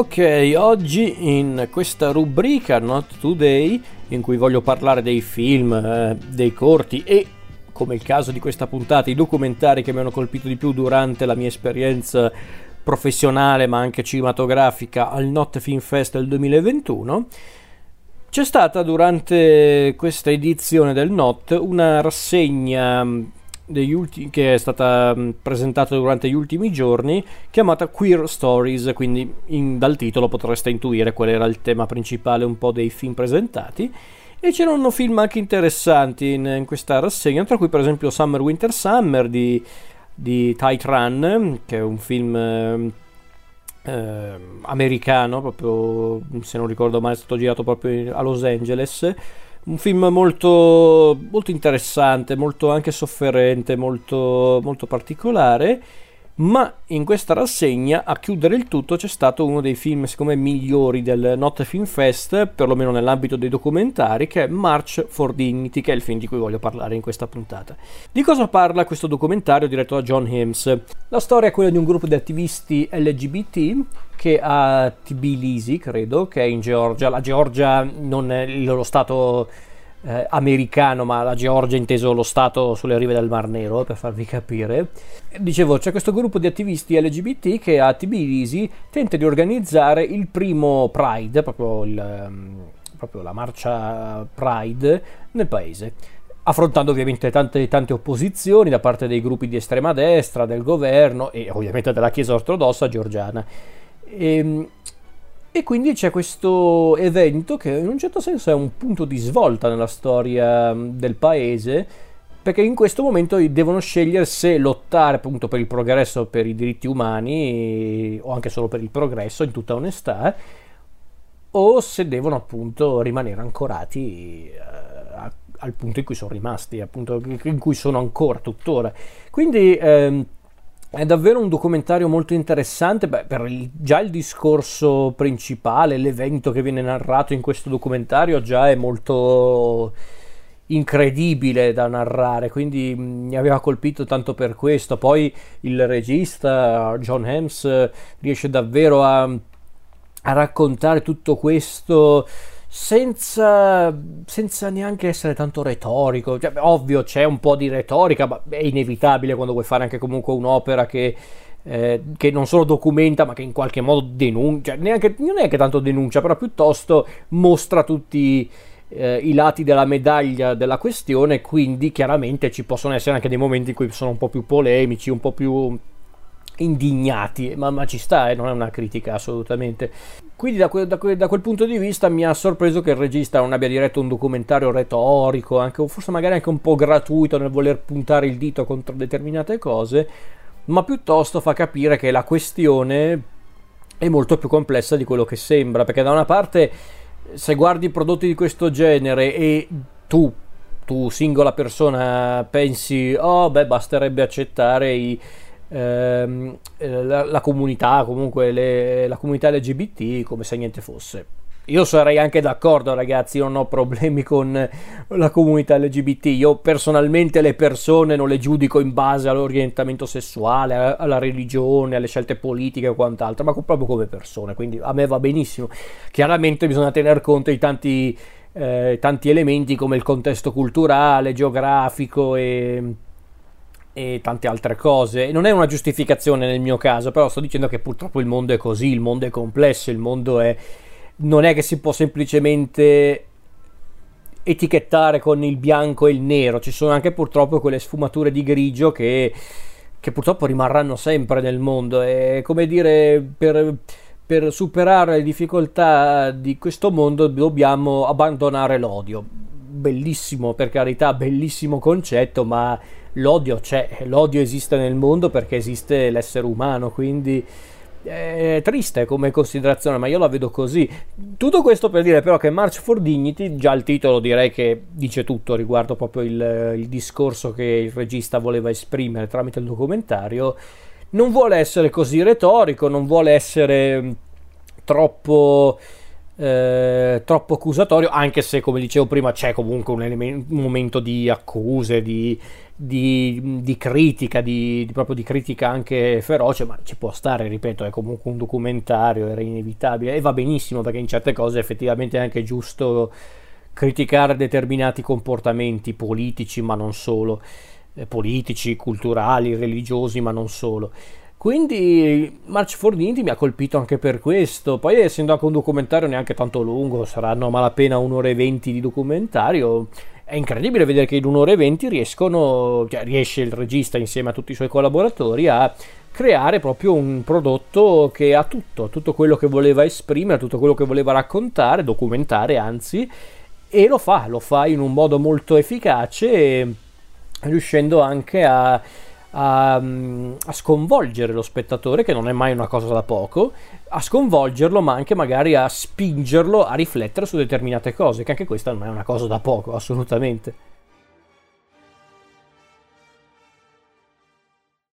Ok, oggi in questa rubrica Not Today, in cui voglio parlare dei film, dei corti e, come il caso di questa puntata, i documentari che mi hanno colpito di più durante la mia esperienza professionale ma anche cinematografica al Not Film Fest del 2021, c'è stata durante questa edizione del Not una rassegna che è stata presentata durante gli ultimi giorni, chiamata Queer Stories, quindi dal titolo potreste intuire qual era il tema principale un po' dei film presentati, e c'erano film anche interessanti in questa rassegna, tra cui per esempio Summer Winter Summer di Ty Tran, che è un film americano, proprio se non ricordo male è stato girato proprio a Los Angeles. Un film molto, molto interessante, molto anche sofferente, molto, molto particolare, ma in questa rassegna a chiudere il tutto c'è stato uno dei film secondo me migliori del Not Film Fest, perlomeno nell'ambito dei documentari, che è March for Dignity, che è il film di cui voglio parlare in questa puntata. Di cosa parla questo documentario diretto da John Himes? La storia è quella di un gruppo di attivisti LGBT che a Tbilisi, credo, che è in Georgia. La Georgia non è lo stato americano, ma la Georgia inteso lo stato sulle rive del Mar Nero, per farvi capire. Dicevo, c'è questo gruppo di attivisti LGBT che a Tbilisi tenta di organizzare il primo Pride, proprio la marcia Pride nel paese, affrontando ovviamente tante opposizioni da parte dei gruppi di estrema destra, del governo e ovviamente della Chiesa ortodossa georgiana. E quindi c'è questo evento che in un certo senso è un punto di svolta nella storia del paese, perché in questo momento devono scegliere se lottare appunto per il progresso, per i diritti umani o anche solo per il progresso, in tutta onestà, o se devono appunto rimanere ancorati al punto in cui sono rimasti, appunto in cui sono ancora tuttora. Quindi è davvero un documentario molto interessante, per già il discorso principale, l'evento che viene narrato in questo documentario già è molto incredibile da narrare, quindi mi aveva colpito tanto per questo. Poi il regista John Himes riesce davvero a raccontare tutto questo senza neanche essere tanto retorico. Cioè, ovvio c'è un po' di retorica, ma è inevitabile quando vuoi fare anche comunque un'opera che non solo documenta ma che in qualche modo denuncia, non è che tanto denuncia, però piuttosto mostra tutti i lati della medaglia della questione. Quindi chiaramente ci possono essere anche dei momenti in cui sono un po' più polemici, un po' più indignati, ma ci sta, non è una critica assolutamente. Quindi da quel punto di vista mi ha sorpreso che il regista non abbia diretto un documentario retorico, anche forse magari anche un po' gratuito nel voler puntare il dito contro determinate cose, ma piuttosto fa capire che la questione è molto più complessa di quello che sembra, perché da una parte se guardi prodotti di questo genere e tu singola persona pensi basterebbe accettare la comunità, comunque la comunità LGBT come se niente fosse. Io sarei anche d'accordo, ragazzi, io non ho problemi con la comunità LGBT. Io personalmente le persone non le giudico in base all'orientamento sessuale, alla religione, alle scelte politiche o quant'altro, ma proprio come persone, quindi a me va benissimo. Chiaramente bisogna tener conto di tanti elementi come il contesto culturale, geografico e tante altre cose. Non è una giustificazione nel mio caso, però sto dicendo che purtroppo il mondo è così, il mondo è complesso, il mondo non è che si può semplicemente etichettare con il bianco e il nero, ci sono anche purtroppo quelle sfumature di grigio che purtroppo rimarranno sempre nel mondo. E come dire, per superare le difficoltà di questo mondo dobbiamo abbandonare l'odio. Bellissimo, per carità, bellissimo concetto, ma l'odio c'è, l'odio esiste nel mondo perché esiste l'essere umano, quindi è triste come considerazione, ma io la vedo così. Tutto questo per dire però che March for Dignity, già il titolo direi che dice tutto riguardo proprio il discorso che il regista voleva esprimere tramite il documentario. Non vuole essere così retorico, non vuole essere troppo troppo accusatorio, anche se come dicevo prima c'è comunque un momento di accuse, di critica, proprio di critica anche feroce, ma ci può stare, ripeto, è comunque un documentario, era inevitabile e va benissimo, perché in certe cose effettivamente è anche giusto criticare determinati comportamenti politici, ma non solo, politici, culturali, religiosi, ma non solo. Quindi March for Dignity mi ha colpito anche per questo. Poi, essendo anche un documentario neanche tanto lungo, saranno a malapena un'ora e 20 di documentario. È incredibile vedere che in un'ora e 20 riesce il regista insieme a tutti i suoi collaboratori a creare proprio un prodotto che ha tutto quello che voleva esprimere, tutto quello che voleva raccontare, documentare anzi, e lo fa in un modo molto efficace, riuscendo anche a sconvolgere lo spettatore, che non è mai una cosa da poco, a sconvolgerlo, ma anche magari a spingerlo a riflettere su determinate cose, che anche questa non è una cosa da poco, assolutamente.